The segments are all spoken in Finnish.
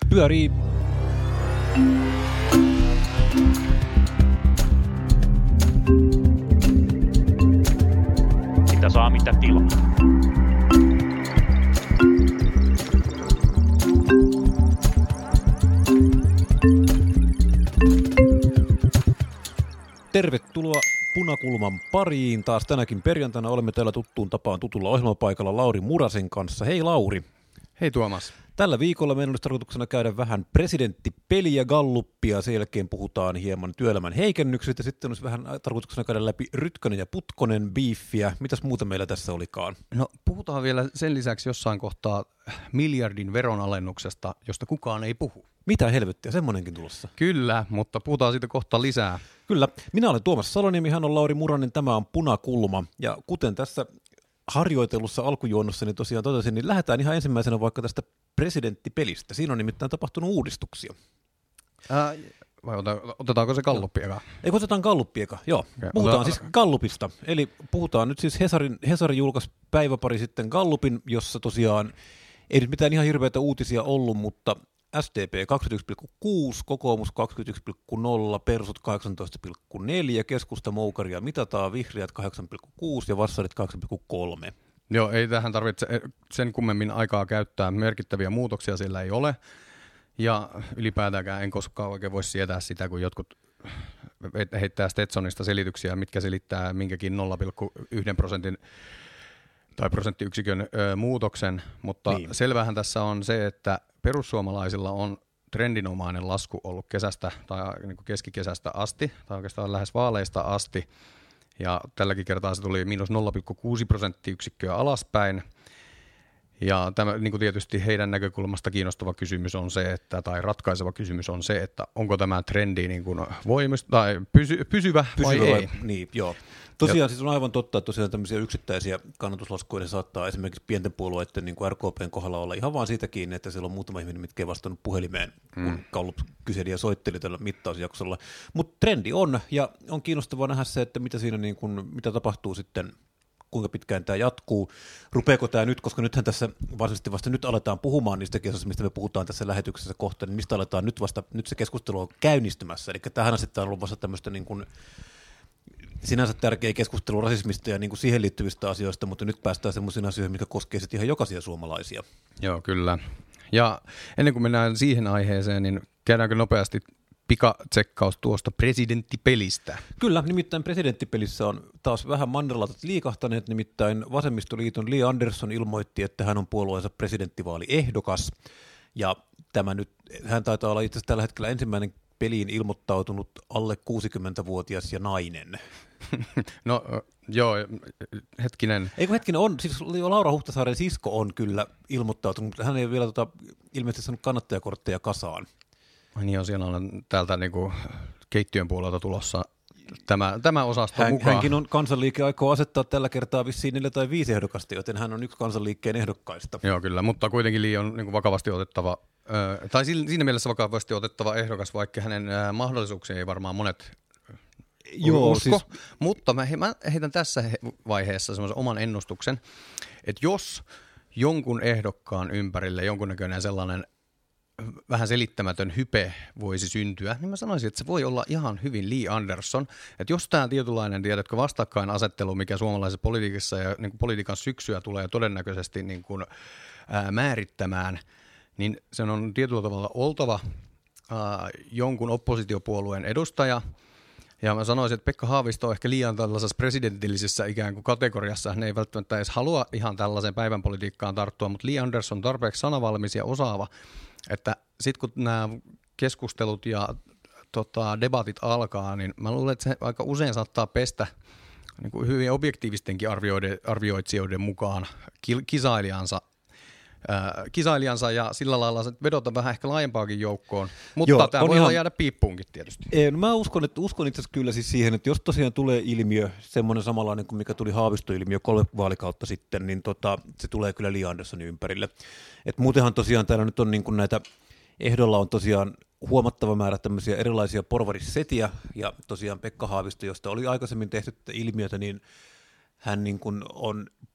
Pyörii. Mitä saa, mitä tilaa. Tervetuloa Punakulman pariin. Taas tänäkin perjantaina olemme täällä tuttuun tapaan tutulla ohjelmapaikalla Lauri Murasen kanssa. Hei Lauri. Hei Tuomas. Tällä viikolla meillä olisi tarkoituksena käydä vähän presidenttipeliä, galluppia, sen jälkeen puhutaan hieman työelämän heikennyksistä, sitten olisi vähän tarkoituksena käydä läpi Rytkönen ja Putkonen biiffiä. Mitäs muuta meillä tässä olikaan? No puhutaan vielä sen lisäksi jossain kohtaa miljardin veronalennuksesta, josta kukaan ei puhu. Mitä helvettiä, semmoinenkin tulossa. Kyllä, mutta puhutaan siitä kohta lisää. Kyllä, minä olen Tuomas Saloniemi, hän on Lauri Muranen, tämä on Punakulma ja kuten tässä harjoitellussa alkujuonnossa niin tosiaan totesin, niin lähdetään ihan ensimmäisenä vaikka tästä presidenttipelistä. Siinä on nimittäin tapahtunut uudistuksia. Vai otetaanko se galluppi eka? Eikö otetaan galluppi eka? Joo. Puhutaan siis gallupista. Eli puhutaan nyt siis Hesari julkaisi päivä pari sitten gallupin, jossa tosiaan ei nyt mitään ihan hirveitä uutisia ollut, mutta SDP 21,6, kokoomus 21,0, persut 18,4, keskusta moukaria mitataan, vihreät 8,6 ja vassarit 8,3. Joo, ei tähän tarvitse sen kummemmin aikaa käyttää, merkittäviä muutoksia siellä ei ole. Ja ylipäätäänkään en koskaan oikein voi sietää sitä, kun jotkut heittää Stetsonista selityksiä, mitkä selittää minkäkin 0,1% tai prosenttiyksikön muutoksen, mutta niin. Selvähän tässä on se, että perussuomalaisilla on trendinomainen lasku ollut kesästä tai niin kuin keskikesästä asti, tai oikeastaan lähes vaaleista asti, ja tälläkin kertaa se tuli miinus 0,6 prosenttiyksikköä alaspäin. Ja tämä niin kuin tietysti heidän näkökulmasta kiinnostava kysymys on se, tai ratkaiseva kysymys on se, että onko tämä trendi niin kuin pysyvä vai ei. Niin, joo. Tosiaan siis on aivan totta, että tosiaan tämmöisiä yksittäisiä kannatuslaskuja saattaa esimerkiksi pienten puolueiden niin kuin RKPn kohdalla olla ihan vaan siitä kiinni, että siellä on muutama ihminen, mitkä ei vastannut puhelimeen, kun Gallup kyseli ja soitteli tällä mittausjaksolla. Mutta trendi on, ja on kiinnostavaa nähdä se, että mitä siinä niin kuin, mitä tapahtuu sitten, kuinka pitkään tämä jatkuu. Rupeeko tämä nyt, koska nythän tässä varsinaisesti vasta nyt aletaan puhumaan niistä asioista, mistä me puhutaan tässä lähetyksessä kohta, niin mistä aletaan nyt se keskustelu on käynnistymässä. Eli tähän asti on ollut vasta tämmöistä niin kuin sinänsä tärkeä keskustelu rasismista ja niin kuin siihen liittyvistä asioista, mutta nyt päästään semmoisiin asioihin, mitkä koskee sitten ihan jokaisia suomalaisia. Joo, kyllä. Ja ennen kuin mennään siihen aiheeseen, niin käydäänkö nopeasti pikatsekkaus tuosta presidenttipelistä? Kyllä, nimittäin presidenttipelissä on taas vähän mannerlaatat liikahtaneet, nimittäin Vasemmistoliiton Li Andersson ilmoitti, että hän on puolueensa presidenttivaaliehdokas, ja tämä nyt, hän taitaa olla itse asiassa tällä hetkellä ensimmäinen peliin ilmoittautunut alle 60-vuotias ja nainen. No joo, hetkinen. Eikö hetkinen, on, siis Laura Huhtasaaren sisko on kyllä ilmoittautunut, mutta hän ei vielä ilmeisesti saanut kannattajakortteja kasaan. Niin on, siellä on täältä niinku keittiön puolelta tulossa tämä osasto mukaan. Hänkin on kansanliike aikoo asettaa tällä kertaa vissiin 4 tai 5 ehdokasta, joten hän on yksi kansanliikkeen ehdokkaista. Joo kyllä, mutta kuitenkin Li on niinku vakavasti otettava, tai siinä mielessä vakavasti otettava ehdokas, vaikka hänen mahdollisuuksia ei varmaan monet usko. Siis mutta mä heitän tässä vaiheessa semmoisen oman ennustuksen, että jos jonkun ehdokkaan ympärille jonkunnäköinen sellainen vähän selittämätön hype voisi syntyä, niin mä sanoisin, että se voi olla ihan hyvin Li Andersson. Että jos tämä tietynlainen, tiedätkö, vastakkainasettelu, mikä suomalaisessa politiikassa ja niin kuin politiikan syksyä tulee todennäköisesti niin kuin, määrittämään, niin sen on tietyllä tavalla oltava jonkun oppositiopuolueen edustaja. Ja mä sanoisin, että Pekka Haavisto on ehkä liian tällaisessa presidentillisessä ikään kuin kategoriassa. Hän ei välttämättä edes halua ihan tällaiseen päivän politiikkaan tarttua, mutta Li Andersson on tarpeeksi sanavalmis ja osaava, että sitten kun nämä keskustelut ja debatit alkaa, niin mä luulen, että se aika usein saattaa pestä niin kuin hyvin objektiivistenkin arvioitsijoiden mukaan kisailijansa ja sillä lailla vedota vähän ehkä laajempaakin joukkoon, mutta joo, tämä voi ihan jäädä piippuunkin tietysti. No mä uskon itse asiassa kyllä siis siihen, että jos tosiaan tulee ilmiö, semmoinen samanlainen kuin mikä tuli Haavisto-ilmiö 3 vaalikautta sitten, niin se tulee kyllä Li Anderssonin ympärille. Et muutenhan tosiaan täällä nyt on niin kuin näitä, ehdolla on tosiaan huomattava määrä tämmöisiä erilaisia porvarissetiä, ja tosiaan Pekka Haavisto, josta oli aikaisemmin tehty ilmiötä, niin hän niin kuin on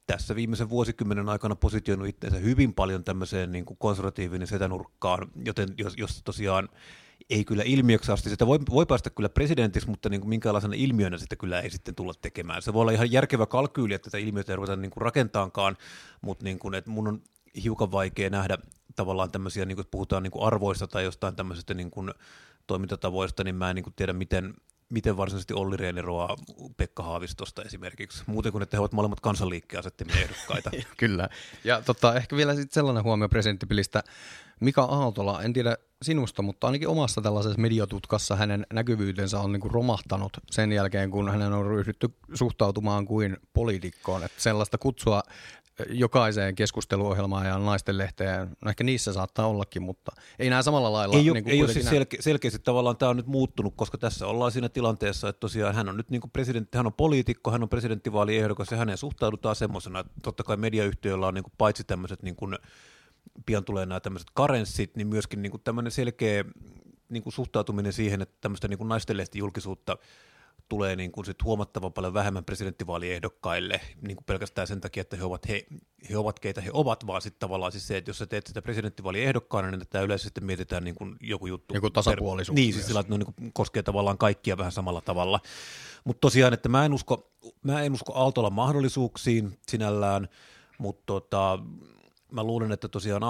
tässä viimeisen vuosikymmenen aikana positioinut itseensä hyvin paljon tämmöiseen niin kuin konservatiivinen setänurkkaan, joten jos tosiaan ei kyllä ilmiöksi asti, sitä voi päästä kyllä presidentiksi, mutta niin kuin minkälaisena ilmiönä sitä kyllä ei sitten tulla tekemään. Se voi olla ihan järkevä kalkyyli, että tätä ilmiötä ei ruveta niin kuin rakentaankaan, mutta niin kuin, että mun on hiukan vaikea nähdä tavallaan tämmöisiä, niin kuin puhutaan niin kuin arvoista tai jostain tämmöisestä niin kuin toimintatavoista, niin mä en niin kuin tiedä, miten varsinaisesti Olli Rehn eroaa Pekka Haavistosta esimerkiksi, muuten kuin että he ovat molemmat kansanliikkeen asettamia ehdokkaita. Kyllä. Ja ehkä vielä sitten sellainen huomio presidenttipilistä. Mika Aaltola, en tiedä sinusta, mutta ainakin omassa tällaisessa mediatutkassa hänen näkyvyytensä on niin kuin romahtanut sen jälkeen, kun hänen on ryhdytty suhtautumaan kuin poliitikkoon. Että sellaista kutsua jokaiseen keskusteluohjelmaan ja naistenlehteen, no ehkä niissä saattaa ollakin, mutta ei näe samalla lailla. Ei ole siis selkeästi tavallaan tämä on nyt muuttunut, koska tässä ollaan siinä tilanteessa, että tosiaan hän on nyt niin kuin presidentti, hän on poliitikko, hän on presidenttivaaliehdokas ja häneen suhtaudutaan semmoisena, totta kai mediayhtiöillä on niin kuin paitsi tämmöiset, niin kuin, pian tulee nämä tämmöiset karenssit, niin myöskin niin kuin tämmöinen selkeä niin kuin suhtautuminen siihen, että tämmöistä niin kuin naistenlehtijulkisuutta tulee niin kuin sit huomattavan paljon vähemmän presidenttivaaliehdokkaille niin kuin pelkästään sen takia, että he ovat keitä he ovat, vaan sitten tavallaan siis se, että jos sä teet sitä presidenttivaaliehdokkaana, niin tämä yleensä sitten mietitään niin kuin joku juttu. Joku tasapuolisuus. Niin, siis sillä, että ne niin kuin koskee tavallaan kaikkia vähän samalla tavalla. Mutta tosiaan, että mä en usko Aaltolan mahdollisuuksiin sinällään, mutta mä luulen, että tosiaan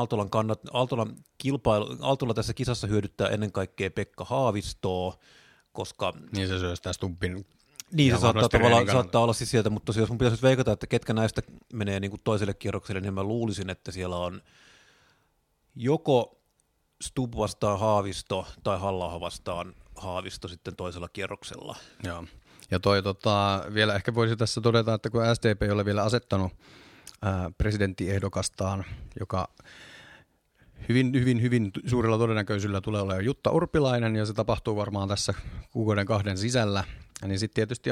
Aaltola tässä kisassa hyödyttää ennen kaikkea Pekka Haavistoa, koska niin se syö sitä Stubbin. Niin se saattaa olla siis sieltä, mutta tosiaan jos mun pitäisi veikata, että ketkä näistä menee niin kuin toiselle kierrokselle, niin mä luulisin, että siellä on joko Stubb vastaan Haavisto tai Halla-aho vastaan Haavisto sitten toisella kierroksella. Joo. Ja vielä ehkä voisi tässä todeta, että kun SDP ei ole vielä asettanut presidenttiehdokastaan, joka hyvin suurella todennäköisyydellä tulee olemaan Jutta Urpilainen, ja se tapahtuu varmaan tässä kuukauden 2 sisällä. Niin sitten tietysti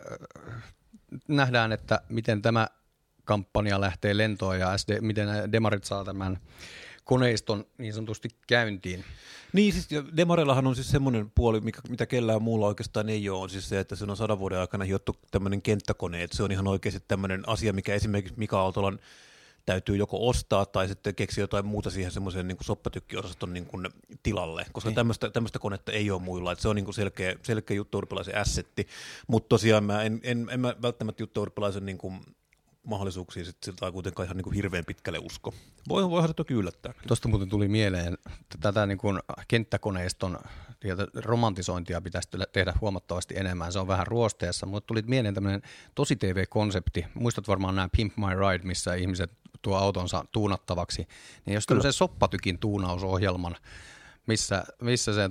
nähdään, että miten tämä kampanja lähtee lentoon ja miten demarit saa tämän koneiston niin sanotusti käyntiin. Niin, siis demareillahan on siis semmoinen puoli, mitä kellään muulla oikeastaan ei ole, on siis se, että se on 100 vuoden aikana hiottu tämmöinen kenttäkone, että se on ihan oikeasti tämmöinen asia, mikä esimerkiksi Mika Aaltolan täytyy joko ostaa tai sitten keksiä jotain muuta siihen semmoisen niin kuin soppatykkiosaston niin kuin tilalle, koska tämmöistä konetta ei ole muilla, että se on niin kuin selkeä Jutta Urpilaisen assetti, mutta tosiaan mä en välttämättä Jutta Urpilaisen niin kuin mahdollisuuksia siltä kuitenkaan ihan niin kuin hirveän pitkälle usko. Voihan se toki yllättää. Tuosta muuten tuli mieleen, tätä niin kuin kenttäkoneiston romantisointia pitäisi tehdä huomattavasti enemmän. Se on vähän ruosteessa, mutta tuli mieleen tämmöinen tosi TV-konsepti. Muistat varmaan nämä Pimp My Ride, missä ihmiset tuo autonsa tuunattavaksi. Niin jos tämmöisen soppatykin tuunausohjelman, missä sen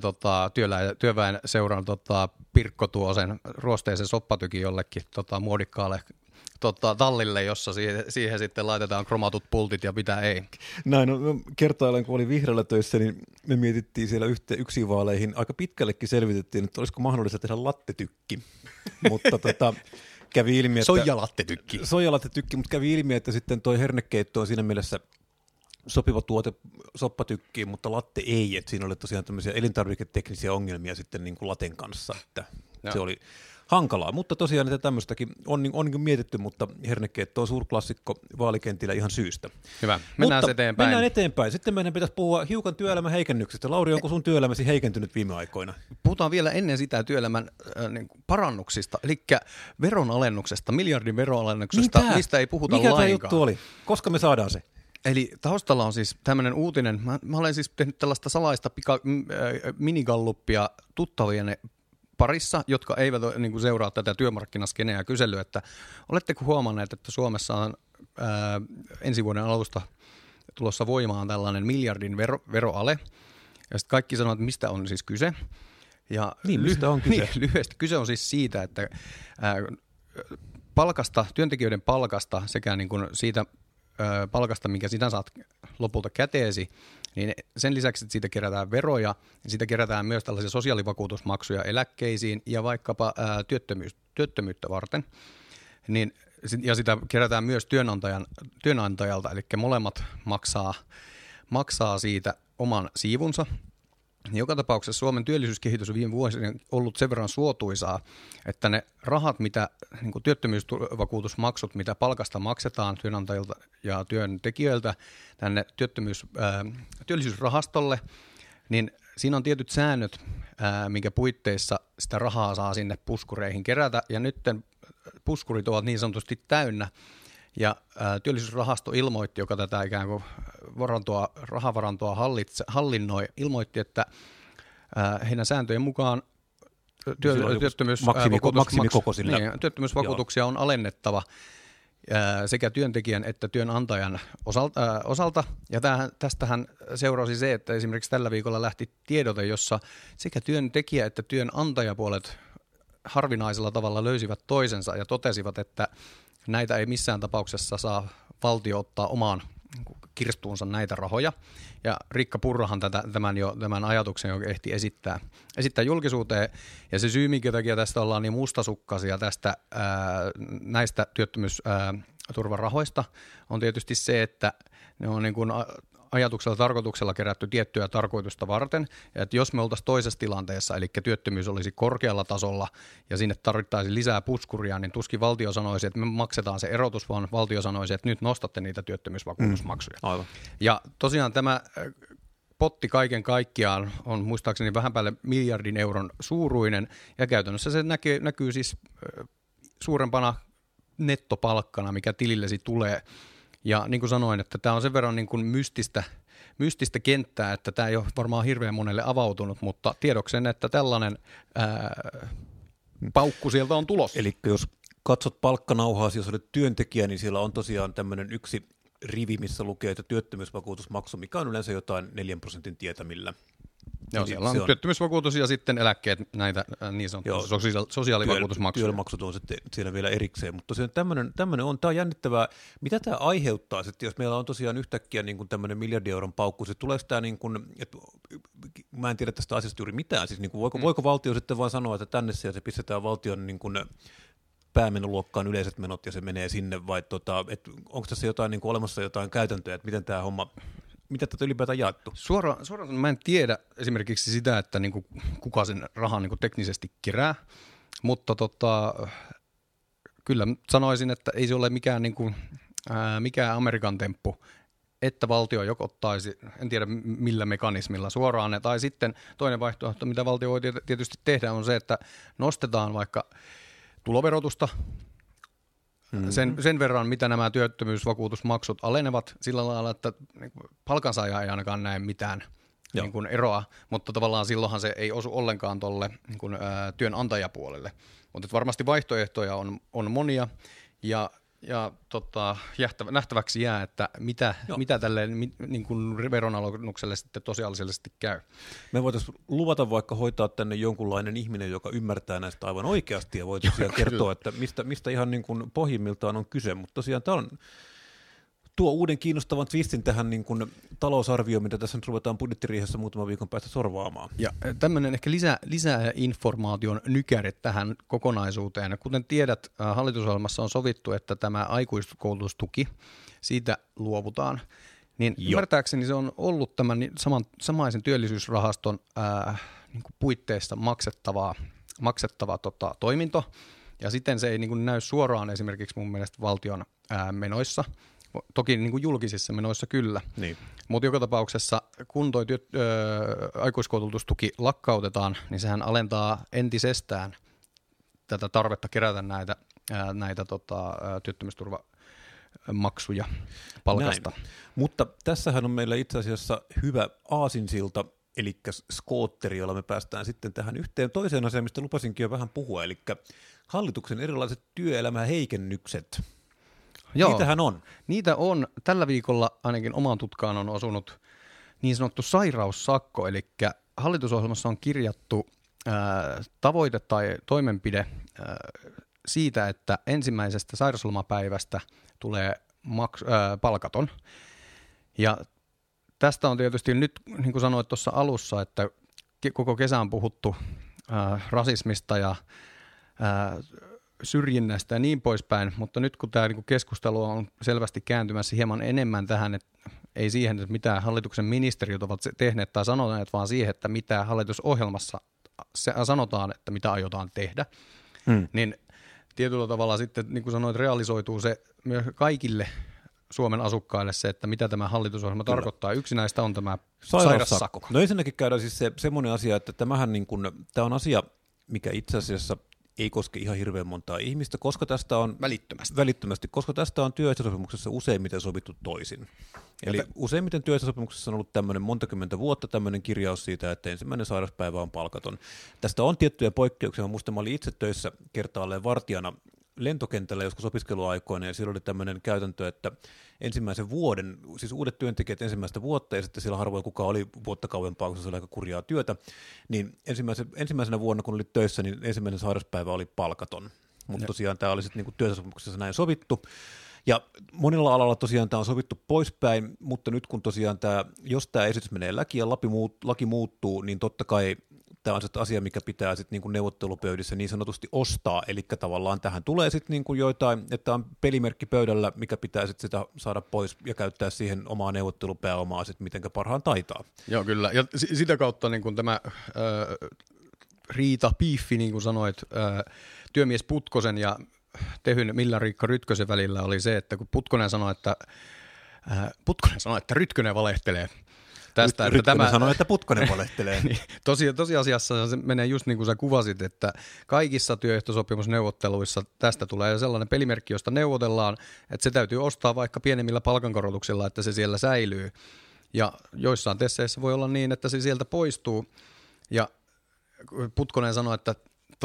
työväen seuran Pirkko tuo sen ruosteisen soppatykin jollekin muodikkaalle tallille, jossa siihen sitten laitetaan kromatut pultit ja mitä ei. Näin, no kertaalleen kun olin Vihreällä töissä, niin me mietittiin siellä yksin vaaleihin, aika pitkällekin selvitettiin, että olisiko mahdollista tehdä lattetykki, mutta kävi ilmi, että soijalattetykki, mutta kävi ilmi, että sitten toi hernekeitto on siinä mielessä sopiva tuote soppatykkiin, mutta latte ei, että siinä oli tosiaan tämmöisiä elintarviketeknisiä ongelmia sitten niin kuin laten kanssa, että se oli hankalaa, mutta tosiaan että tämmöistäkin on mietitty, mutta hernekeitto on suurklassikko vaalikentillä ihan syystä. Hyvä, mennään eteenpäin. Sitten meidän pitäisi puhua hiukan työelämän heikennyksestä. Lauri, onko sun työelämäsi heikentynyt viime aikoina? Puhutaan vielä ennen sitä työelämän parannuksista, eli veronalennuksesta, miljardin veronalennuksesta, mistä ei puhuta lainkaan. Mikä tämä juttu oli? Koska me saadaan se? Eli taustalla on siis tämmöinen uutinen, mä olen siis tehnyt tällaista salaista minigalluppia tuttavien parissa, jotka eivät niin kuin seuraa tätä työmarkkinaskeneä kyselyä, että oletteko huomanneet, että Suomessa on ensi vuoden alusta tulossa voimaan tällainen miljardin veroale, ja sitten kaikki sanoo, että mistä on siis kyse. Ja mistä on kyse? Lyhyesti kyse on siis siitä, että työntekijöiden palkasta sekä niin kuin siitä palkasta, minkä sinä saat lopulta käteesi, niin sen lisäksi, että siitä kerätään veroja, niin siitä kerätään myös tällaisia sosiaalivakuutusmaksuja eläkkeisiin ja vaikkapa työttömyyttä varten. Ja sitä kerätään myös työnantajalta, eli molemmat maksaa siitä oman siivunsa. Joka tapauksessa Suomen työllisyyskehitys on viime vuosina ollut sen verran suotuisaa, että ne rahat, mitä niin kuin työttömyysvakuutusmaksut, mitä palkasta maksetaan työnantajilta ja työntekijöiltä tänne työllisyysrahastolle, niin siinä on tietyt säännöt, minkä puitteissa sitä rahaa saa sinne puskureihin kerätä, ja nyt puskurit ovat niin sanotusti täynnä, ja työllisyysrahasto ilmoitti, joka tätä ikään kuin rahavarantoa hallinnoi, ilmoitti, että heidän sääntöjen mukaan työttömyysvakuutuksia on alennettava sekä työntekijän että työnantajan osalta. Ja tästähän seurasi se, että esimerkiksi tällä viikolla lähti tiedote, jossa sekä työntekijä että työnantajapuolet harvinaisella tavalla löysivät toisensa ja totesivat, että näitä ei missään tapauksessa saa valtio ottaa omaan kirstuunsa näitä rahoja. Ja Riikka Purrahan tämän ajatuksen jo ehti esittää julkisuuteen. Ja se syy, minkä takia tästä ollaan niin mustasukkaisia näistä työttömyysturvarahoista, on tietysti se, että ne on niin kuin tarkoituksella kerätty tiettyä tarkoitusta varten, ja että jos me oltaisiin toisessa tilanteessa, eli työttömyys olisi korkealla tasolla ja sinne tarvittaisiin lisää puskuria, niin tuskin valtio sanoisi, että me maksetaan se erotus, vaan valtio sanoisi, että nyt nostatte niitä työttömyysvakuutusmaksuja. Aivan. Ja tosiaan tämä potti kaiken kaikkiaan on muistaakseni vähän päälle miljardin euron suuruinen, ja käytännössä se näkyy siis suurempana nettopalkkana, mikä tilillesi tulee. Ja niin kuin sanoin, että tämä on sen verran niin kuin mystistä kenttää, että tämä ei ole varmaan hirveän monelle avautunut, mutta tiedoksen, että tällainen paukku sieltä on tulossa. Eli jos katsot palkkanauhaa, jos olet työntekijä, niin siellä on tosiaan tämmöinen yksi rivi, missä lukee, että työttömyysvakuutusmaksu, mikä on yleensä jotain 4% tietämillä. Joo, siellä on työttömyysvakuutus ja sitten eläkkeet, näitä niin sanottuja sosiaalivakuutusmaksuja. Työmaksut on sitten siellä vielä erikseen, mutta tosiaan tämmöinen on, tämä on jännittävää. Mitä tämä aiheuttaa sitten, jos meillä on tosiaan yhtäkkiä niin kuin tämmöinen miljardin euron paukku, se tuleeko tämä niin kuin, että mä en tiedä tästä asiasta juuri mitään, siis niin kuin voiko valtio sitten vaan sanoa, että tänne se pistetään valtion niin kuin päämenoluokkaan yleiset menot ja se menee sinne, vai onko tässä jotain niin kuin olemassa jotain käytäntöä, että miten tämä homma, mitä tätä ylipäätään jaettu? Suoraan mä en tiedä esimerkiksi sitä, että niinku, kuka sen rahan niinku teknisesti kerää, mutta kyllä sanoisin, että ei se ole mikään Amerikan temppu, että valtio joko ottaisi, en tiedä millä mekanismilla suoraan, tai sitten toinen vaihtoehto, mitä valtio voi tietysti tehdä, on se, että nostetaan vaikka tuloverotusta sen verran, mitä nämä työttömyysvakuutusmaksut alenevat sillä lailla, että palkansaaja ei ainakaan näe mitään niin kuin eroa, mutta tavallaan silloinhan se ei osu ollenkaan tuolle niin kuin työnantajapuolelle. Mutta varmasti vaihtoehtoja on monia ja nähtäväksi jää, että mitä tälle niin kuin veronalennukselle sitten tosiaalisesti käy. Me voitaisiin luvata vaikka hoitaa tänne jonkunlainen ihminen, joka ymmärtää näistä aivan oikeasti ja voi tosiaan kertoa, että mistä ihan niin kuin pohjimmiltaan on kyse, mutta tosiaan tämä on tuo uuden kiinnostavan twistin tähän niin kuin talousarvioon, mitä tässä nyt ruvetaan budjettiriihessä muutaman viikon päästä sorvaamaan. Ja tämmöinen ehkä lisää informaation nykäre tähän kokonaisuuteen. Kuten tiedät, hallitusohjelmassa on sovittu, että tämä aikuiskoulutustuki, siitä luovutaan. Niin ymmärtääkseni se on ollut tämän samaisen työllisyysrahaston niin kuin puitteissa maksettava toiminto, ja sitten se ei niin kuin näy suoraan esimerkiksi mun mielestä valtion menoissa. Toki niin kuin julkisissa menoissa kyllä, niin. Mutta joka tapauksessa kun tuo aikuiskoulutustuki lakkautetaan, niin sehän alentaa entisestään tätä tarvetta kerätä näitä työttömyysturvamaksuja palkasta. Näin. Mutta tässähän on meillä itse asiassa hyvä aasinsilta, eli skootteri, jolla me päästään sitten tähän yhteen toiseen asiaan, mistä lupasinkin jo vähän puhua, eli hallituksen erilaiset työelämäheikennykset. Joo, niitähän on. Niitä on. Tällä viikolla ainakin omaan tutkaan on osunut niin sanottu sairaussakko, eli hallitusohjelmassa on kirjattu tavoite tai toimenpide siitä, että ensimmäisestä sairauslomapäivästä tulee palkaton. Ja tästä on tietysti nyt, niin kuin sanoit tuossa alussa, että koko kesä on puhuttu rasismista ja syrjinnästä ja niin poispäin, mutta nyt kun tämä niin keskustelu on selvästi kääntymässä hieman enemmän tähän, että ei siihen, että mitä hallituksen ministeriöt ovat tehneet tai sanoneet, vaan siihen, että mitä hallitusohjelmassa sanotaan, että mitä aiotaan tehdä, niin tietyllä tavalla sitten, niin kuin sanoit, realisoituu se myös kaikille Suomen asukkaille se, että mitä tämä hallitusohjelma tarkoittaa. Yksi näistä on tämä sairassakko. No ensinnäkin käydään siis semmoinen asia, että tämä on asia, mikä itse asiassa ei koske ihan hirveän montaa ihmistä, koska tästä on välittömästi, koska tästä on työehtosopimuksessa useimmiten sovittu toisin. Eli useimmiten työehtosopimuksessa on ollut tämmöinen montakymmentä vuotta tämmöinen kirjaus siitä, että ensimmäinen sairauspäivä on palkaton. Tästä on tiettyjä poikkeuksia. Musta mä olin itse töissä kertaalleen vartijana lentokentällä joskus opiskeluaikoina, ja siellä oli tämmöinen käytäntö, että ensimmäisen vuoden, siis uudet työntekijät ensimmäistä vuotta, ja sitten siellä harvoin kukaan oli vuotta kauempaa, kun se oli aika kurjaa työtä, niin ensimmäisenä vuonna, kun oli töissä, niin ensimmäinen sairauspäivä oli palkaton. Mutta tosiaan tämä oli sitten niinku työsopimuksessa näin sovittu, ja monilla alalla tosiaan tämä on sovittu poispäin, mutta nyt kun tosiaan jos tämä esitys menee läpi ja laki muuttuu, niin totta kai tämä on se asia, mikä pitää sitten niinku neuvottelupöydissä niin sanotusti ostaa, eli tavallaan tähän tulee sitten niinku joitain, että on pelimerkki pöydällä, mikä pitää sitten sitä saada pois ja käyttää siihen omaa neuvottelupääomaa sitten mitenkä parhaan taitaa. Joo, kyllä, ja sitä kautta niin kuin tämä riita-piiffi, niin kuin sanoit, työmies Putkosen ja Tehyn Milla-Riikka Rytkösen välillä oli se, että kun Putkonen sanoi, että Rytkönen valehtelee, tästä, että Rytkönen sanoi, että Putkonen valehtelee. Niin, tosiasiassa se menee just niin kuin sä kuvasit, että kaikissa työehtosopimusneuvotteluissa tästä tulee sellainen pelimerkki, josta neuvotellaan, että se täytyy ostaa vaikka pienemmillä palkankorotuksilla, että se siellä säilyy. Ja joissain tesseissä voi olla niin, että se sieltä poistuu. Ja Putkonen sanoi, että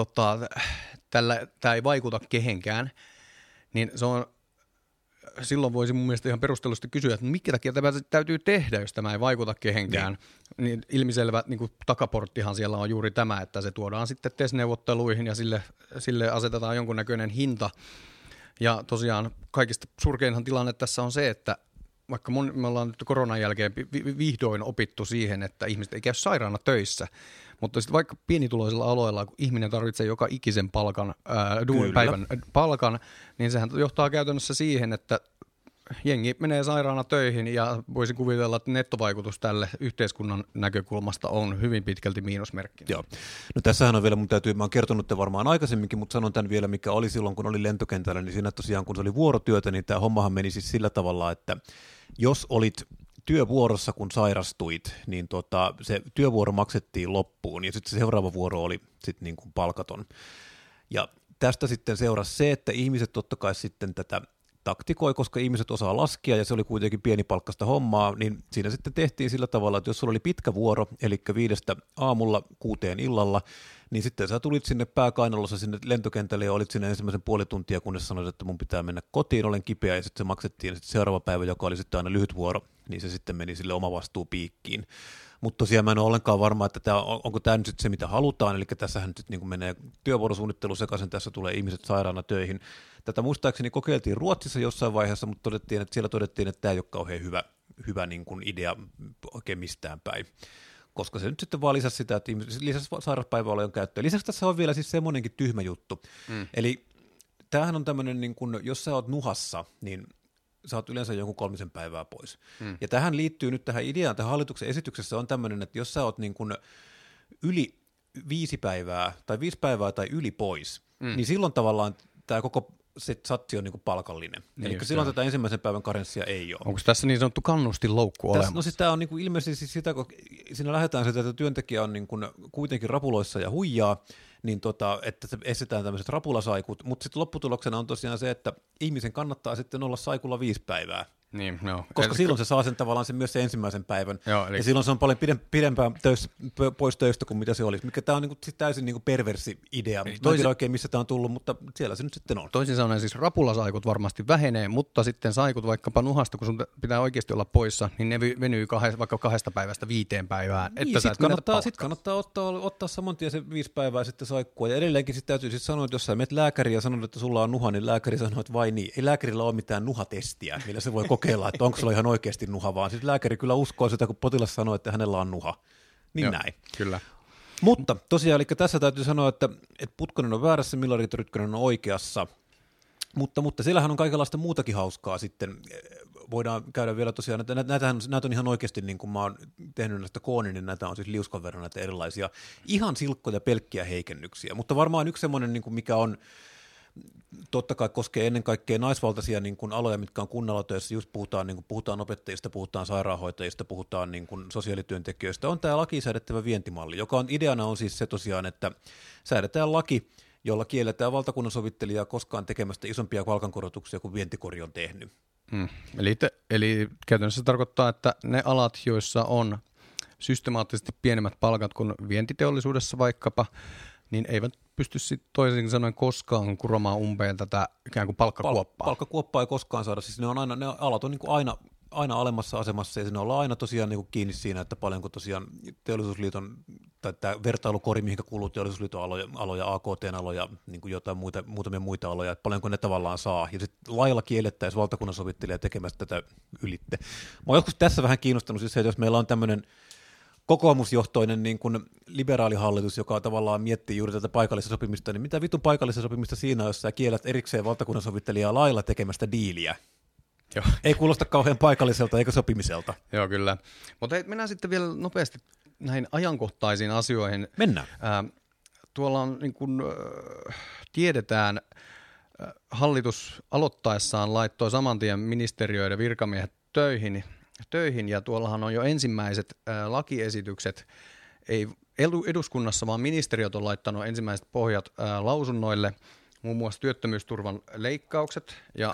tämä ei vaikuta kehenkään, niin se on silloin voisi mun mielestä ihan perustellusti kysyä, että mikä takia tämä täytyy tehdä, jos tämä ei vaikuta kehenkään. Niin ilmiselvä niin kuin takaporttihan siellä on juuri tämä, että se tuodaan sitten TES-neuvotteluihin ja sille asetetaan jonkunnäköinen hinta. Ja tosiaan kaikista surkeinhan tilanne tässä on se, että vaikka me ollaan nyt koronan jälkeen vihdoin opittu siihen, että ihmiset ei käy sairaana töissä, mutta sitten vaikka pienituloisilla aloilla, kun ihminen tarvitsee joka ikisen päivän palkan, niin sehän johtaa käytännössä siihen, että jengi menee sairaana töihin ja voisin kuvitella, että nettovaikutus tälle yhteiskunnan näkökulmasta on hyvin pitkälti miinusmerkki. Joo. No tässähän on vielä, mä oon kertonut tämän varmaan aikaisemminkin, mutta sanon tämän vielä, mikä oli silloin, kun oli lentokentällä, niin siinä tosiaan, kun se oli vuorotyötä, niin tämä hommahan meni siis sillä tavalla, että jos olit työvuorossa, kun sairastuit, niin se työvuoro maksettiin loppuun, ja sitten se seuraava vuoro oli sitten niin kuin palkaton. Ja tästä sitten seurasi se, että ihmiset totta kai sitten tätä taktikoi, koska ihmiset osaa laskea, ja se oli kuitenkin pienipalkkasta hommaa, niin siinä sitten tehtiin sillä tavalla, että jos sulla oli pitkä vuoro, eli 5 aamulla 6 illalla, niin sitten sä tulit sinne pääkainalossa sinne lentokentälle ja olit sinne ensimmäisen puoli tuntia, kunnes sanoit, että mun pitää mennä kotiin, olen kipeä, ja sitten se maksettiin, ja sitten seuraava päivä, joka oli sitten aina lyhyt vuoro, niin se sitten meni sille omavastuupiikkiin. Mutta tosiaan mä en ole ollenkaan varma, että onko tämä nyt sitten se, mitä halutaan, eli tässähän nyt niin menee työvuorosuunnittelu sekaisin, tässä tulee ihmiset sairaana töihin. Tätä muistaakseni kokeiltiin Ruotsissa jossain vaiheessa, mutta siellä todettiin, että tämä ei ole kauhean hyvä niin kuin idea oikein mistään päin, koska se nyt sitten vaan lisäsi sitä, että lisäsi sairauspäiväolojen käyttöön. Lisäksi tässä on vielä siis semmoinenkin tyhmä juttu, eli tämähän on tämmöinen, niin kuin, jos sä oot nuhassa, niin sä oot yleensä jonkun 3 päivää pois. Ja tähän liittyy nyt tähän ideaan, tähän hallituksen esityksessä on tämmöinen, että jos sä oot niin kuin yli 5 päivää tai 5 päivää tai yli pois, niin silloin tavallaan tämä koko se satsi on niin kuin palkallinen. Niin eli silloin tätä ensimmäisen päivän karenssia ei ole. Onko tässä niin sanottu kannustinloukku olemassa? No siis tämä on niin kuin ilmeisesti sitä, kun siinä lähdetään sitä, että työntekijä on niin kuin kuitenkin rapuloissa ja huijaa, niin että se estetään tämmöiset rapulasaikut, mutta sitten lopputuloksena on tosiaan se, että ihmisen kannattaa sitten olla saikulla 5 päivää. Niin, no. Koska silloin se saa sen tavallaan myös se ensimmäisen päivän, ja silloin se on paljon pidempään pois töistä kuin mitä se olisi, mikä tämä on niin kuin täysin niin kuin perversi idea. Mä en tiedä oikein, missä tämä on tullut, mutta siellä se nyt sitten on. Toisin sanoen siis rapulasaikut varmasti vähenee, mutta sitten saikut vaikkapa nuhasta, kun sun pitää oikeasti olla poissa, niin ne venyy vaikka 2 päivästä 5 päivään. Niin, että sitten kannattaa ottaa saman tien se 5 päivää sitten saikkua, ja edelleenkin sitten täytyy siis sanoa, että jos sä menet lääkäriin ja sanot, että sulla on nuha, niin lääkäri sanoo, että vai niin. Ei lääkärillä ole mitään nuhatestiä, millä se voi kokeilla, että onko sulla ihan oikeasti nuha, vaan siis lääkäri kyllä uskoo sitä, kun potilas sanoo, että hänellä on nuha. Niin joo, näin. Kyllä. Mutta tosiaan, eli tässä täytyy sanoa, että Putkonen on väärässä, Millari Rytkönen on oikeassa, mutta siellähän on kaikenlaista muutakin hauskaa sitten. Voidaan käydä vielä tosiaan, että näitä on ihan oikeasti, niin kuin mä oon tehnyt näistä koonin, niin näitä on siis liuskan verran näitä erilaisia ihan silkkoja pelkkiä heikennyksiä, mutta varmaan yksi semmoinen, niin kuin mikä on, totta kai koskee ennen kaikkea naisvaltaisia niin kuin aloja, mitkä on kunnalla töissä, just puhutaan opettajista, puhutaan sairaanhoitajista, puhutaan niin kuin sosiaalityöntekijöistä, on tämä laki säädettävä vientimalli, joka on ideana on siis se tosiaan, että säädetään laki, jolla kielletään valtakunnan sovittelijaa koskaan tekemästä isompia palkankorotuksia kuin vientikori on tehnyt. Eli käytännössä se tarkoittaa, että ne alat, joissa on systemaattisesti pienemmät palkat kuin vientiteollisuudessa vaikkapa, niin eivät pysty sitten toisin sanoen koskaan kuromaan umpeen tätä ikään kuin palkkakuoppaa. Palkkakuoppaa ei koskaan saada, siis ne alat on niin kuin aina alemmassa asemassa ja siinä ollaan aina tosiaan niin kuin kiinni siinä, että paljonko tosiaan teollisuusliiton, tai tämä vertailukori, mihinkä kuuluu teollisuusliiton aloja, AKT-aloja, niin kuin jotain muutamia muita aloja, että paljonko ne tavallaan saa. Ja sitten lailla kiellettäisiin valtakunnan sovittelija tekemästä tätä ylitte. Mä oon joskus tässä vähän kiinnostanut siis se, että jos meillä on tämmöinen kokoomusjohtoinen niin kuin liberaalihallitus, joka tavallaan miettii juuri tätä paikallista sopimista, niin mitä vitun paikallista sopimista siinä, jos sä kiellät erikseen valtakunnan sovittelijaa lailla tekemästä diiliä? Joo. Ei kuulosta kauhean paikalliselta eikä sopimiselta. Joo, kyllä. Mutta mennään sitten vielä nopeasti näihin ajankohtaisiin asioihin. Mennään. Tuolla on, niin kuin tiedetään, hallitus aloittaessaan laittoi saman tien ministeriöiden virkamiehet töihin, ja tuollahan on jo ensimmäiset lakiesitykset, ei eduskunnassa, vaan ministeriöt on laittanut ensimmäiset pohjat lausunnoille, muun muassa työttömyysturvan leikkaukset ja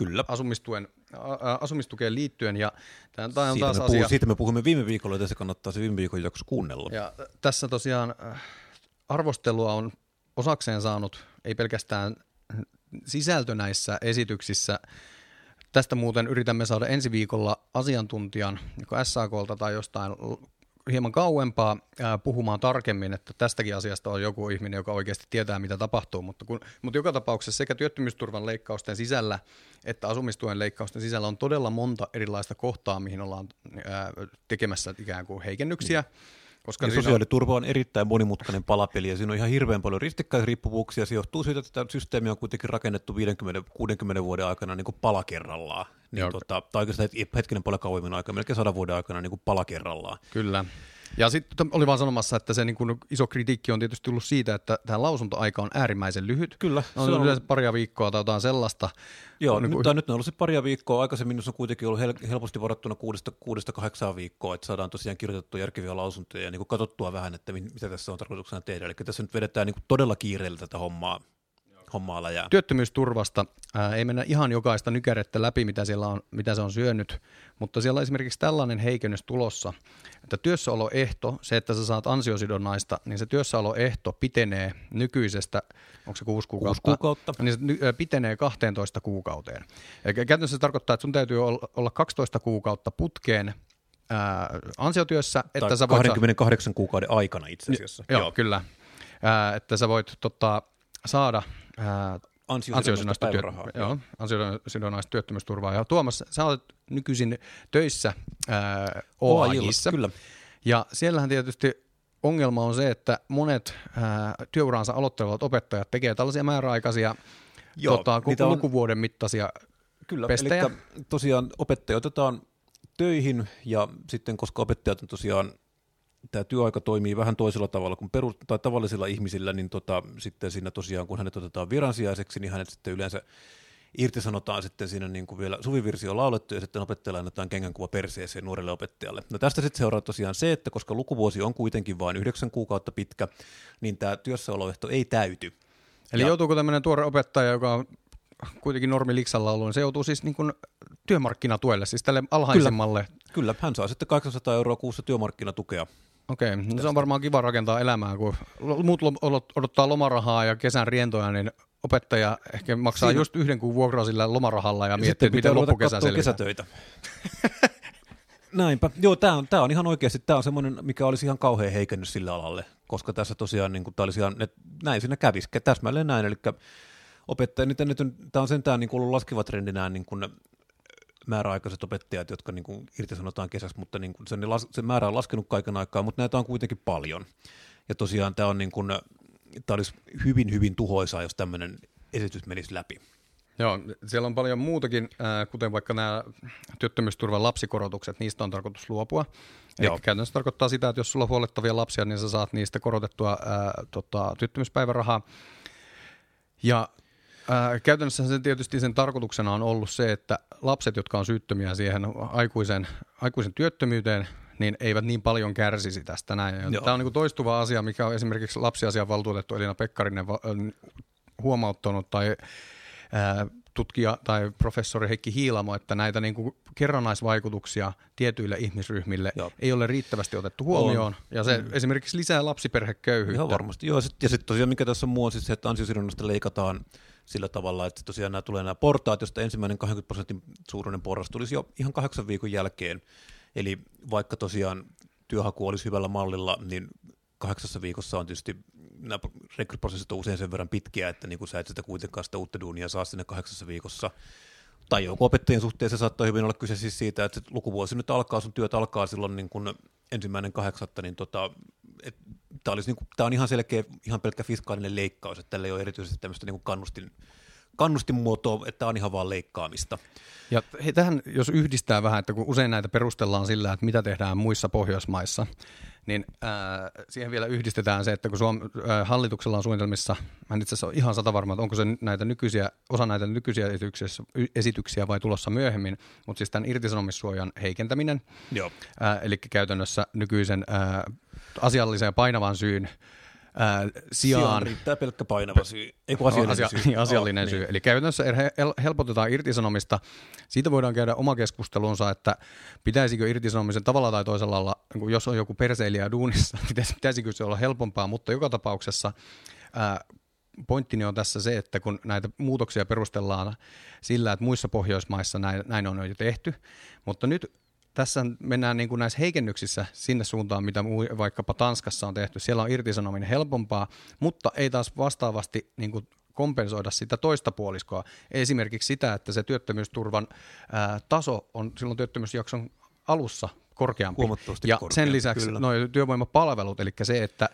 asumistukeen liittyen. Ja tämä on taas asia. Siitä me puhumme viime viikolla, ja se kannattaa se viime viikon jakso kuunnella. Ja tässä tosiaan arvostelua on osakseen saanut, ei pelkästään sisältö näissä esityksissä. Tästä muuten yritämme saada ensi viikolla asiantuntijan, joko SAK:lta tai jostain hieman kauempaa, puhumaan tarkemmin, että tästäkin asiasta on joku ihminen, joka oikeasti tietää, mitä tapahtuu, mutta joka tapauksessa sekä työttömyysturvan leikkausten sisällä että asumistuen leikkausten sisällä on todella monta erilaista kohtaa, mihin ollaan tekemässä ikään kuin heikennyksiä. Koska sosiaaliturva on erittäin monimutkainen palapeli ja siinä on ihan hirveän paljon ristikkäisriippuvuuksia. Se johtuu siitä, että tämä systeemi on kuitenkin rakennettu 50-60 vuoden aikana niin kuin pala kerrallaan. Niin tai oikeastaan hetkinen paljon kauemmin aikaa, melkein 100 vuoden aikana niin kuin pala kerrallaan. Kyllä. Ja sitten oli vaan sanomassa, että se niin kuin iso kritiikki on tietysti tullut siitä, että tämä lausuntoaika on äärimmäisen lyhyt. Kyllä. Se on yleensä paria viikkoa tai jotain sellaista. Joo, nyt on ollut se paria viikkoa. Aikaisemmin se on kuitenkin ollut helposti varattuna 6-8 viikkoa, että saadaan tosiaan kirjoitettua järkeviä lausuntoja ja niin kuin katsottua vähän, että mitä tässä on tarkoituksena tehdä. Eli tässä nyt vedetään niin kuin todella kiireellä tätä hommaa läjää. Työttömyysturvasta ei mennä ihan jokaista nykärettä läpi, mitä se on syönyt, mutta siellä on esimerkiksi tällainen heikennys tulossa, että työssäoloehto, se, että sä saat ansiosidonnaista, niin se työssäoloehto pitenee nykyisestä, onko se 6 kuukautta? 6 kuukautta. Niin se pitenee 12 kuukauteen. Eli käytännössä se tarkoittaa, että sun täytyy olla 12 kuukautta putkeen ansiotyössä. Tai että sä 28 kuukauden aikana itse asiassa. Joo, kyllä. Että sä voit saada ansiosidonnaista työttömyysturvaa. Ja Tuomas, sä olet nykyisin töissä OAJ:ssa. Kyllä. Ja siellähän tietysti ongelma on se, että monet työuraansa aloittelevat opettajat tekevät tällaisia määräaikaisia lukuvuoden mittaisia pestejä. Eli tosiaan opettajat otetaan töihin ja sitten koska opettajat on tosiaan tämä työaika toimii vähän toisella tavalla kuin tai tavallisilla ihmisillä, niin sitten siinä tosiaan, kun hänet otetaan viransijaiseksi, niin hänet sitten yleensä irtisanotaan sitten siinä niin kuin vielä suvivirsi on laulettu ja sitten opettajalle annetaan kengänkuva perseeseen nuorelle opettajalle. No tästä sitten seuraa tosiaan se, että koska lukuvuosi on kuitenkin vain 9 kuukautta pitkä, niin tämä työssäoloehto ei täyty. Eli joutuuko tämmöinen tuore opettaja, joka on kuitenkin normiliksalla ollut, niin se joutuu siis niin kuin työmarkkinatuelle, siis tälle alhaisimmalle? Kyllä, hän saa sitten 800 € kuussa työmarkkinatukea. Okei, no se on varmaan kiva rakentaa elämää, kun muut odottaa lomarahaa ja kesän rientoja, niin opettaja ehkä maksaa just 1 kuun vuokraa sillä lomarahalla ja miettii, miten loppukesä selviää. Kesätöitä. Näinpä. Joo, tämä on ihan oikeasti, tämä on semmoinen, mikä olisi ihan kauhean heikennys sille alalle, koska tässä tosiaan niin kuin, tämä olisi ihan, näin siinä kävisi, täsmälleen näin, eli opettaja, tämä on sentään niin kuin ollut laskeva trendi nämä niin kuin määräaikaiset opettajat, jotka niin kuin irtisanotaan kesässä, mutta niin kuin se määrä on laskenut kaiken aikaa, mutta näitä on kuitenkin paljon. Ja tosiaan tämä olisi hyvin, hyvin tuhoisaa, jos tämmöinen esitys menisi läpi. Joo, siellä on paljon muutakin, kuten vaikka nämä työttömyysturvan lapsikorotukset, niistä on tarkoitus luopua. Eli käytännössä tarkoittaa sitä, että jos sulla on huolettavia lapsia, niin sä saat niistä korotettua työttömyyspäivärahaa. Ja käytännössä sen tarkoituksena on ollut se, että lapset, jotka on syyttömiä siihen aikuisen työttömyyteen, niin eivät niin paljon kärsisi tästä näin. Tämä on niin kuin toistuva asia, mikä on esimerkiksi lapsiasiavaltuutettu Elina Pekkarinen huomauttanut tai tutkija tai professori Heikki Hiilamo, että näitä niin kuin kerrannaisvaikutuksia tietyille ihmisryhmille ei ole riittävästi otettu huomioon, ja se esimerkiksi lisää lapsiperheköyhyyttä. Ihan varmasti, joo. Ja sitten tosiaan mikä tässä on muu on siis se, että ansiosidonnaista leikataan sillä tavalla, että tosiaan tulee nämä portaat, josta ensimmäinen 20% suuruinen porras tulisi jo ihan 8 viikon jälkeen. Eli vaikka tosiaan työhaku olisi hyvällä mallilla, niin 8 viikossa on tietysti, nämä rekryprosessit on usein sen verran pitkiä, että niin kuin sä et sitä kuitenkaan sitä uutta duunia saa sinne 8 viikossa. Tai joku opettajien suhteen se saattaa hyvin olla kyse siis siitä, että lukuvuosi nyt alkaa, sun työt alkaa silloin niin kuin 1.8., niin tämä on ihan selkeä, ihan pelkkä fiskaalinen leikkaus, että tällä ei ole erityisesti tämmöistä niin kuin kannustinmuotoa, että tämä on ihan vaan leikkaamista. Ja tähän, jos yhdistää vähän, että kun usein näitä perustellaan sillä, että mitä tehdään muissa Pohjoismaissa, niin siihen vielä yhdistetään se, että kun hallituksella on suunnitelmissa, mä en itse asiassa ole ihan satavarma, että onko se osa näitä nykyisiä esityksiä vai tulossa myöhemmin, mutta siis tämän irtisanomissuojan heikentäminen, eli käytännössä nykyisen asiallisen ja painavan syyn sijaan riittää pelkkä painava syy, asiallinen syy. Eli käytännössä helpotetaan irtisanomista. Siitä voidaan käydä oma keskustelunsa, että pitäisikö irtisanomisen tavalla tai toisella olla, jos on joku perseilijä duunissa, pitäisikö se olla helpompaa, mutta joka tapauksessa pointtini on tässä se, että kun näitä muutoksia perustellaan sillä, että muissa Pohjoismaissa näin on jo tehty, mutta nyt tässä mennään niin kuin näissä heikennyksissä sinne suuntaan, mitä vaikkapa Tanskassa on tehty. Siellä on irtisanominen helpompaa, mutta ei taas vastaavasti niin kuin kompensoida sitä toista puoliskoa. Esimerkiksi sitä, että se työttömyysturvan taso on silloin työttömyysjakson alussa korkeampi. Ja sen lisäksi työvoimapalvelut, eli se, että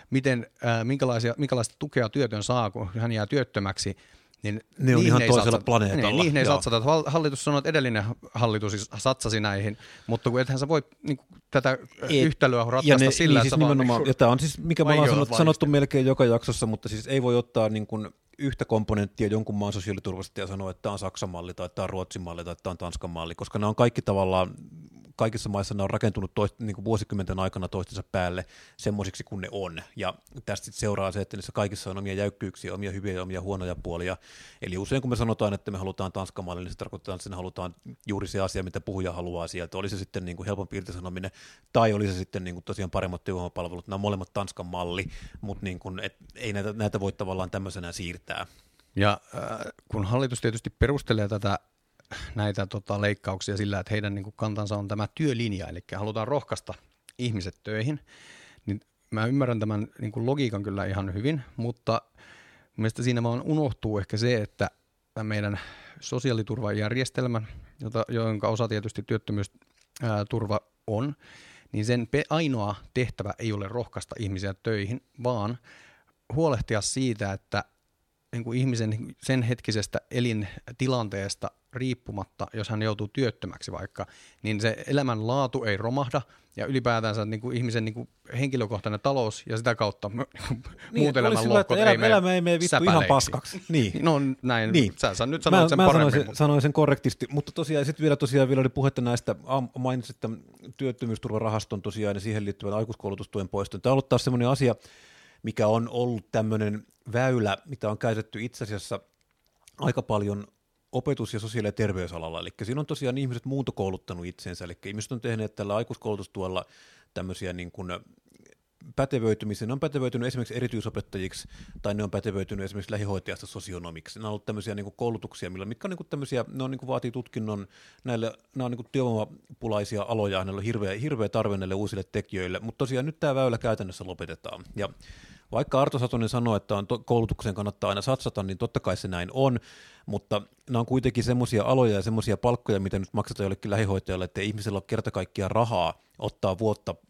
minkälaista tukea työtön saa, kun hän jää työttömäksi, niin ne on ihan toisella planeetalla. Niihin ei satsata. Hallitus sanoo, että edellinen hallitus satsasi näihin, mutta kun ethän sä voi niin tätä yhtälöä ratkaista sillä, että siis ja tämä on siis, mikä me ollaan sanottu melkein joka jaksossa, mutta siis ei voi ottaa niin kuin yhtä komponenttia jonkun maan sosiaaliturvasta ja sanoa, että tämä on Saksan malli tai tämä on Ruotsin malli tai tämä on Tanskan malli, koska nämä on kaikki tavallaan, kaikissa maissa ne on rakentunut niin kuin vuosikymmenten aikana toistensa päälle semmoisiksi kuin ne on. Ja tästä sitten seuraa se, että niissä kaikissa on omia jäykkyyksiä, omia hyviä ja omia huonoja puolia. Eli usein kun me sanotaan, että me halutaan Tanskan malli, niin se tarkoittaa, että me halutaan juuri se asia, mitä puhuja haluaa sieltä. Oli se sitten niin kuin helpompi irtisanominen tai oli se sitten niin kuin tosiaan paremmat työvoimapalvelut. Nämä on molemmat Tanskan malli, mutta niin kuin, ei näitä voi tavallaan tämmöisenä siirtää. Ja kun hallitus tietysti perustelee näitä leikkauksia sillä, että heidän niin kuin kantansa on tämä työlinja, eli halutaan rohkaista ihmiset töihin, niin mä ymmärrän tämän niin kuin logiikan kyllä ihan hyvin, mutta mielestäni siinä vaan unohtuu ehkä se, että meidän sosiaaliturvajärjestelmä, jonka osa tietysti työttömyysturva on, niin sen ainoa tehtävä ei ole rohkaista ihmisiä töihin, vaan huolehtia siitä, että niin kuin ihmisen sen hetkisestä elintilanteesta riippumatta, jos hän joutuu työttömäksi vaikka, niin se elämänlaatu ei romahda ja ylipäätänsä niin kuin ihmisen niin kuin henkilökohtainen talous ja sitä kautta muut elämänlohkot elämä ei mene vittu ihan paskaksi. Niin. No näin, sä nyt sanoit sen paremmin. Mä sanoin sen korrektisti, mutta tosiaan sitten vielä oli puhetta näistä, mainitsit tämän työttömyysturvarahaston tosiaan ja siihen liittyvän aikuiskoulutustuen poiston. Tämä on ollut taas semmoinen asia, mikä on ollut tämmöinen väylä, mitä on käytetty itse asiassa aika paljon opetus- ja sosiaali- ja terveysalalla. Eli siinä on tosiaan ihmiset muuntokouluttanut itsensä, eli ihmiset on tehneet tällä aikuiskoulutustuella tämmöisiä niin kuin pätevöitymisiä. Ne on pätevöitynyt esimerkiksi erityisopettajiksi, tai ne on pätevöitynyt esimerkiksi lähihoitajasta sosionomiksi. Nämä on ollut tämmöisiä niin kuin koulutuksia, mitkä on niin kuin tämmöisiä, ne on niin kuin vaatii tutkinnon, nämä on niin kuin työvoimapulaisia aloja, näillä on hirveä tarve näille uusille tekijöille, mutta tosiaan nyt tämä väylä käytännössä lopetetaan. Ja vaikka Arto Satonen sanoo, että koulutukseen kannattaa aina satsata, niin totta kai se näin on, mutta nämä on kuitenkin semmoisia aloja ja semmoisia palkkoja, mitä nyt maksetaan jollekin lähihoitajalle, että ihmisellä on kerta kaikkiaan rahaa ottaa vuotta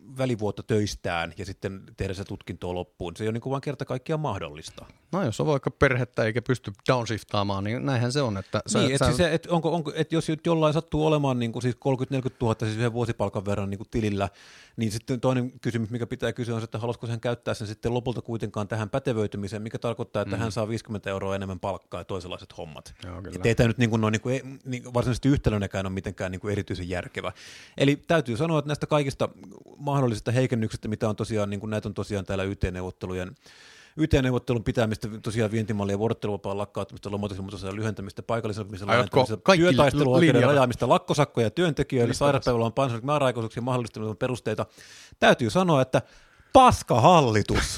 välivuotta töistään ja sitten tehdä se tutkintoa loppuun. Se ei ole niin kuin vaan kerta kaikkiaan mahdollista. No jos on vaikka perhettä eikä pysty downshiftaamaan, niin näinhän se on. Että että jos jollain sattuu olemaan niin kuin siis 30-40 000 siis yhden vuosipalkan verran niin kuin tilillä, niin sitten toinen kysymys, mikä pitää kysyä on se, että haluaisiko hän käyttää sen sitten lopulta kuitenkaan tähän pätevöitymiseen, mikä tarkoittaa, että hän saa 50 € enemmän palkkaa ja toisenlaiset hommat. Että ei tämä nyt varsinaisesti yhtälönäkään ole mitenkään niin kuin erityisen järkevä. Eli täytyy sanoa, että näistä kaikista mahdollisista heikennyksistä, mitä on tosiaan, niin kuin näitä on tosiaan täällä YT-neuvottelun pitämistä, tosiaan vientimallien vuorotteluvapaan lakkauttamista, lomautusilmoitusajan lyhentämistä, paikallisopimisen laajentamista, työtaisteluoikeuden rajaamista, lakkosakkoja työntekijöille, sairauspäiväloman painotuksen määräaikaisuuksien mahdollistamisen perusteita. Täytyy sanoa, että paska hallitus.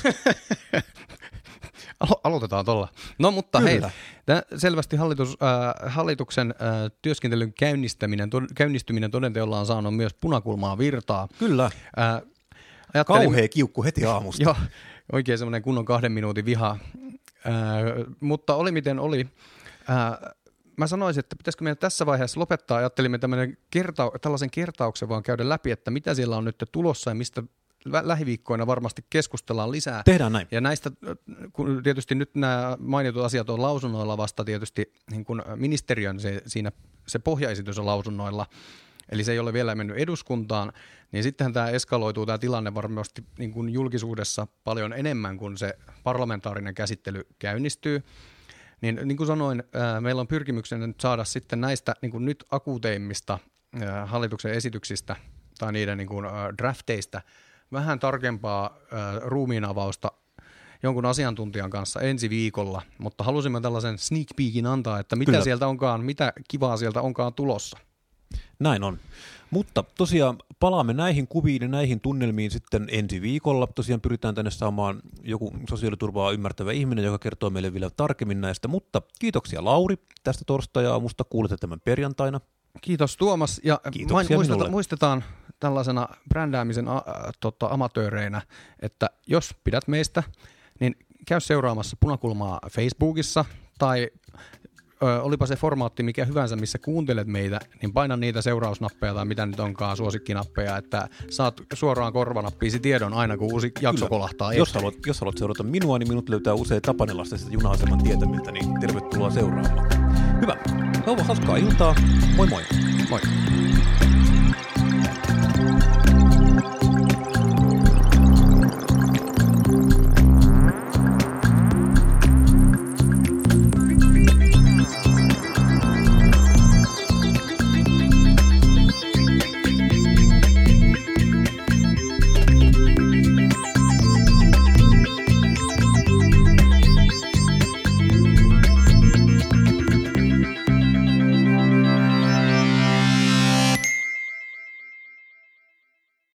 Aloitetaan tuolla. No mutta hei, selvästi hallituksen työskentelyn käynnistyminen todenteolla on saanut myös punakulmaa virtaa. Kyllä. Kauhea kiukku heti aamusta. Joo, oikein semmoinen kunnon 2 minuutin viha. Mutta oli miten oli. Mä sanoisin, että pitäisikö meidän tässä vaiheessa lopettaa. Ajattelimme tällaisen kertauksen vaan käydä läpi, että mitä siellä on nyt tulossa ja mistä lähiviikkoina varmasti keskustellaan lisää. Tehdään näin. Ja näistä, kun tietysti nyt nämä mainitut asiat on lausunnoilla vasta tietysti niin kuin ministeriön se pohjaesitys on lausunnoilla, eli se ei ole vielä mennyt eduskuntaan, niin sittenhän tämä eskaloituu tämä tilanne varmasti niin kuin julkisuudessa paljon enemmän, kun se parlamentaarinen käsittely käynnistyy. Niin kuin sanoin, meillä on pyrkimyksenä nyt saada sitten näistä niin kuin nyt akuuteimmista hallituksen esityksistä tai niiden niin kuin drafteista vähän tarkempaa ruumiinavausta jonkun asiantuntijan kanssa ensi viikolla, mutta halusimme tällaisen sneak peekin antaa, että mitä sieltä onkaan, mitä kivaa sieltä onkaan tulossa. Näin on. Mutta tosiaan palaamme näihin kuviin ja näihin tunnelmiin sitten ensi viikolla. Tosiaan pyritään tänne saamaan joku sosiaaliturvaa ymmärtävä ihminen, joka kertoo meille vielä tarkemmin näistä. Mutta kiitoksia Lauri tästä torstai-aamusta. Kuulette tämän perjantaina. Kiitos Tuomas. Ja muistetaan tällaisena brändäämisen amatööreinä, että jos pidät meistä, niin käy seuraamassa Punakulmaa Facebookissa tai olipa se formaatti mikä hyvänsä, missä kuuntelet meitä, niin paina niitä seurausnappeja tai mitä nyt onkaan, suosikkinappeja, että saat suoraan korvanappiisi tiedon aina, kun uusi jakso kolahtaa. Jos haluat seurata minua, niin minut löytää usein Tapanilasta sitä juna-aseman tietämiltä, niin tervetuloa seuraamaan. Hyvä. Hauskaa iltaa. Moi moi. Moi.